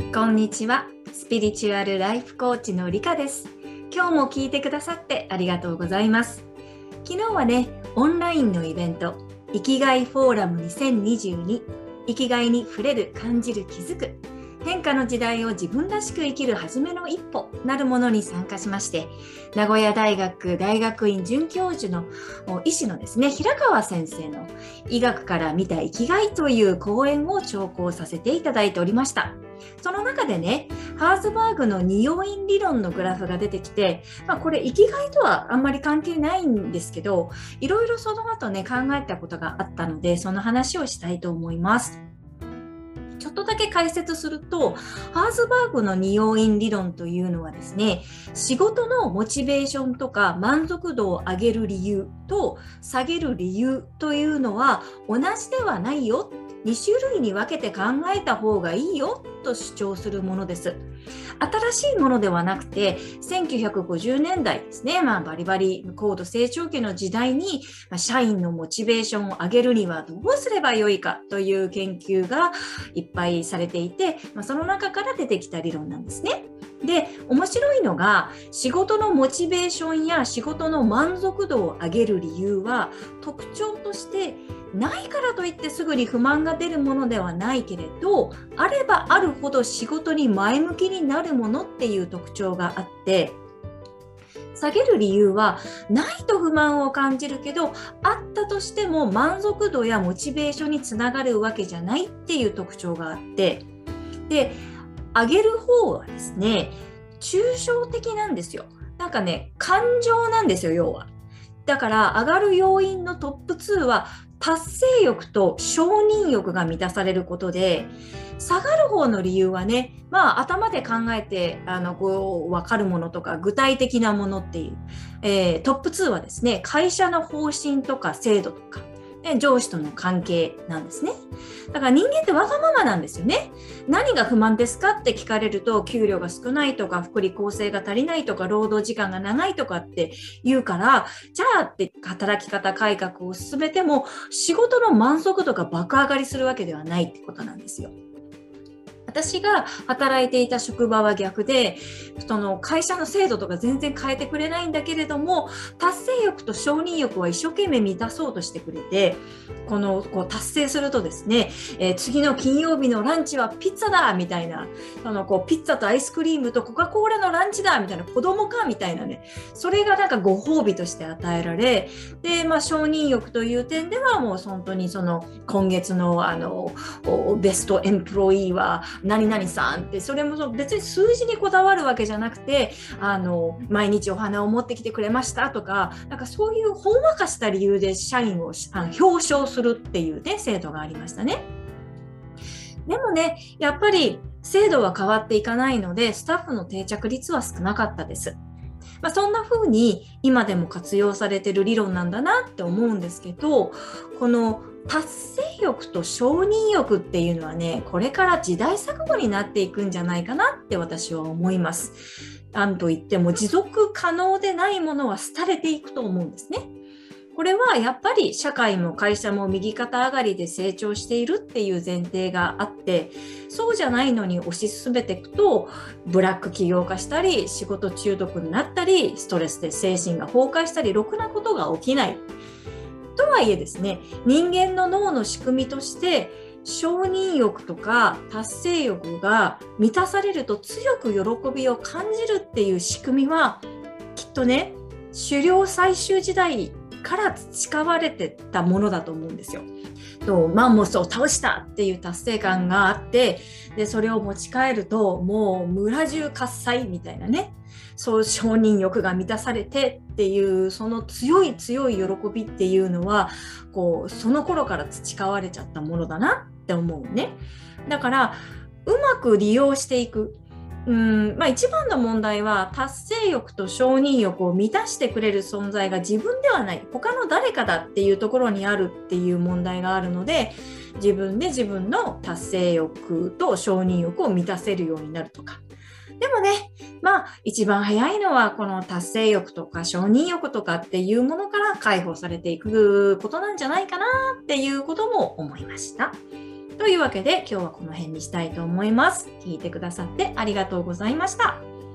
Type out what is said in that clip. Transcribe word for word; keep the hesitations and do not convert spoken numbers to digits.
こんにちは。スピリチュアルライフコーチのりかです。今日も聞いてくださってありがとうございます。昨日はね、オンラインのイベント、生きがいフォーラムにせんにじゅうに、生きがいに触れる、感じる、気づく、変化の時代を自分らしく生きる初めの一歩なるものに参加しまして、名古屋大学大学院准教授の医師のですね、平川先生の医学から見た生きがいという講演を聴講させていただいておりました。その中でね、ハーズバーグの二要因理論のグラフが出てきて、まあ、これ生きがいとはあんまり関係ないんですけど、いろいろその後ね考えたことがあったので、その話をしたいと思います。ちょっとだけ解説すると、ハーズバーグの二要因理論というのはですね、仕事のモチベーションとか満足度を上げる理由と下げる理由というのは同じではないよ、に種類に分けて考えた方がいいよと主張するものです。新しいものではなくて、せんきゅうひゃくごじゅうねんだいですね、まあ、バリバリ高度成長期の時代に、まあ、社員のモチベーションを上げるにはどうすればよいかという研究がいっぱいされていて、まあ、その中から出てきた理論なんですね。で、面白いのが、仕事のモチベーションや仕事の満足度を上げる理由は、特徴としてないからといってすぐに不満が出るものではないけれど、あればあるほど仕事に前向きになるものっていう特徴があって、下げる理由はないと不満を感じるけど、あったとしても満足度やモチベーションにつながるわけじゃないっていう特徴があって、で、上げる方はですね、抽象的なんですよ。なんかね、感情なんですよ、要は。だから上がる要因のトップには達成欲と承認欲が満たされることで、下がる方の理由はね、まあ頭で考えてあのこう分かるものとか具体的なものっていう、えー、トップにはですね、会社の方針とか制度とか、上司との関係なんですね。だから人間ってわがままなんですよね。何が不満ですかって聞かれると、給料が少ないとか、福利厚生が足りないとか、労働時間が長いとかって言うから、じゃあって働き方改革を進めても、仕事の満足度が爆上がりするわけではないってことなんですよ。私が働いていた職場は逆で、その会社の制度とか全然変えてくれないんだけれども、達成欲と承認欲は一生懸命満たそうとしてくれて、このこう達成するとですね、えー、次の金曜日のランチはピッツァだみたいな、そのこうピッツァとアイスクリームとコカ・コーラのランチだみたいな、子供かみたいなね、それがなんかご褒美として与えられ、で、まあ、承認欲という点ではもう本当にその今月のあのベストエンプロイーは何々さんって、それも別に数字にこだわるわけじゃなくて、あの毎日お花を持ってきてくれましたとか、なんかそういうほんわかした理由で社員をあの表彰するっていうね、制度がありましたね。でもね、やっぱり制度は変わっていかないので、スタッフの定着率は少なかったです。まあ、そんな風に今でも活用されている理論なんだなって思うんですけど、この達成欲と承認欲っていうのはね、これから時代錯誤になっていくんじゃないかなって私は思います。なんといっても持続可能でないものは廃れていくと思うんですね。これはやっぱり社会も会社も右肩上がりで成長しているっていう前提があって、そうじゃないのに推し進めていくとブラック起業化したり、仕事中毒になったり、ストレスで精神が崩壊したり、ろくなことが起きない。とはいえですね、人間の脳の仕組みとして承認欲とか達成欲が満たされると強く喜びを感じるっていう仕組みは、きっとね、狩猟採集時代から培われてたものだと思うんですよ。とマンモスを倒したっていう達成感があって、でそれを持ち帰るともう村中喝采みたいなね、そう承認欲が満たされてっていう、その強い強い喜びっていうのはこうその頃から培われちゃったものだなって思うね。だからうまく利用していく。うんまあ、一番の問題は達成欲と承認欲を満たしてくれる存在が自分ではない、他の誰かだっていうところにあるっていう問題があるので、自分で自分の達成欲と承認欲を満たせるようになるとか。でもね、まあ一番早いのはこの達成欲とか承認欲とかっていうものから解放されていくことなんじゃないかなっていうことも思いました。 というわけで今日はこの辺にしたいと思います。聞いてくださってありがとうございました。